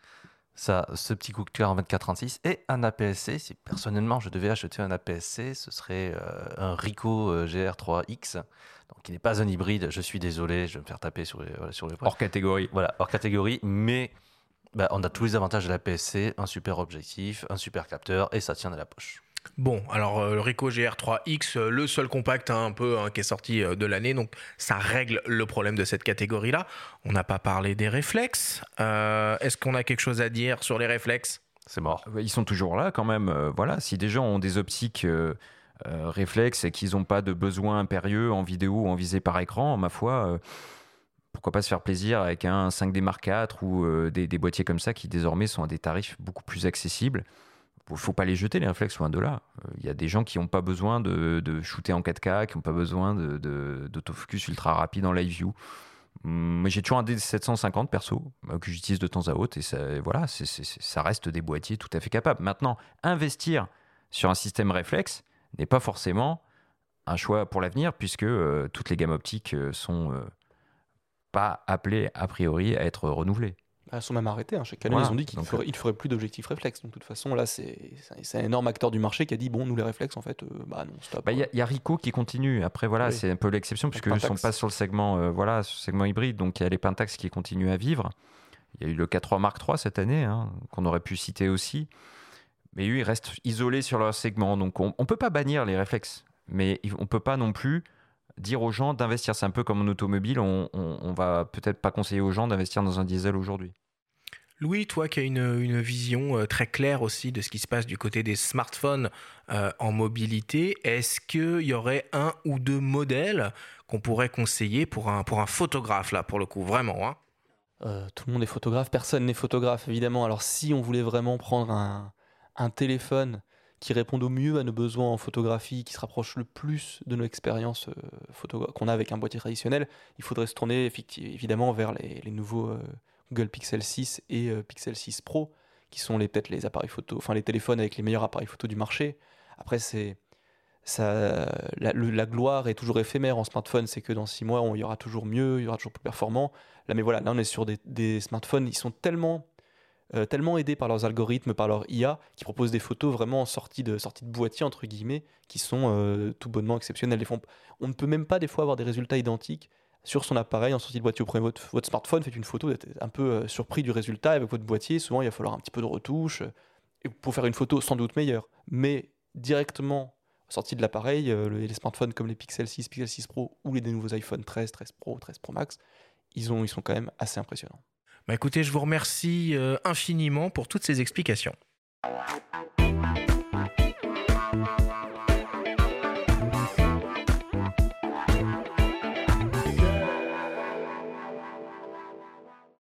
ça, ce petit coup de cœur en 24-36 et un APS-C. Si personnellement je devais acheter un APS-C, ce serait un Ricoh GR3X, donc qui n'est pas un hybride. Je suis désolé, je vais me faire taper sur les points. Hors catégorie. Voilà, hors catégorie, mais on a tous les avantages de l'APS-C, un super objectif, un super capteur, et ça tient à la poche. Bon, alors le Ricoh GR3X, le seul compact qui est sorti de l'année, donc ça règle le problème de cette catégorie-là. On n'a pas parlé des réflexes. Est-ce qu'on a quelque chose à dire sur les réflexes ? C'est mort. Ils sont toujours là quand même. Voilà, si des gens ont des optiques réflexes et qu'ils n'ont pas de besoin impérieux en vidéo ou en visée par écran, ma foi, pourquoi pas se faire plaisir avec un 5D Mark IV ou des boîtiers comme ça qui désormais sont à des tarifs beaucoup plus accessibles. Il ne faut pas les jeter, les réflexes, loin de là. Il y a des gens qui n'ont pas besoin de shooter en 4K, qui n'ont pas besoin d'autofocus ultra rapide en live view. Mais j'ai toujours un D750 perso, que j'utilise de temps à autre, et ça, voilà, ça reste des boîtiers tout à fait capables. Maintenant, investir sur un système réflexe n'est pas forcément un choix pour l'avenir, puisque toutes les gammes optiques sont pas appelées a priori à être renouvelées. Elles sont même arrêtées. Chez Canon, Voilà. ils ont dit qu'ils ne feraient plus d'objectifs réflexes. Donc, de toute façon, là, c'est un énorme acteur du marché qui a dit bon, nous, les réflexes, en fait, non, stop. Il y a Ricoh qui continue. Après, voilà, Oui. c'est un peu l'exception, puisqu'ils ne sont pas sur le segment, sur le segment hybride. Donc, il y a les Pentax qui continuent à vivre. Il y a eu le K3 Mark III cette année, qu'on aurait pu citer aussi. Mais eux, ils restent isolés sur leur segment. Donc, on ne peut pas bannir les réflexes. Mais on ne peut pas non plus dire aux gens d'investir. C'est un peu comme en automobile. On va peut-être pas conseiller aux gens d'investir dans un diesel aujourd'hui. Louis, toi qui as une vision très claire aussi de ce qui se passe du côté des smartphones en mobilité, est-ce qu'il y aurait un ou deux modèles qu'on pourrait conseiller pour un photographe, là, pour le coup, vraiment Tout le monde est photographe, personne n'est photographe, évidemment. Alors, si on voulait vraiment prendre un téléphone qui réponde au mieux à nos besoins en photographie, qui se rapproche le plus de nos expériences qu'on a avec un boîtier traditionnel, il faudrait se tourner évidemment vers les nouveaux Google Pixel 6 et Pixel 6 Pro, qui sont peut-être les appareils photo, enfin les téléphones avec les meilleurs appareils photo du marché. Après, la gloire est toujours éphémère en smartphone, c'est que dans 6 mois, il y aura toujours mieux, il y aura toujours plus performant. Là, mais voilà, là on est sur des smartphones, ils sont tellement aidés par leurs algorithmes, par leur IA, qui proposent des photos vraiment sorties de boîtier, entre guillemets, qui sont tout bonnement exceptionnelles. On ne peut même pas des fois avoir des résultats identiques sur son appareil en sortie de boîtier. Votre smartphone fait une photo, vous êtes un peu surpris du résultat. Avec votre boîtier, souvent il va falloir un petit peu de retouche pour faire une photo sans doute meilleure. Mais directement sortie de l'appareil, les smartphones comme les Pixel 6, Pixel 6 Pro ou les nouveaux iPhone 13, 13 Pro, 13 Pro Max, ils sont quand même assez impressionnants. Écoutez, je vous remercie infiniment pour toutes ces explications.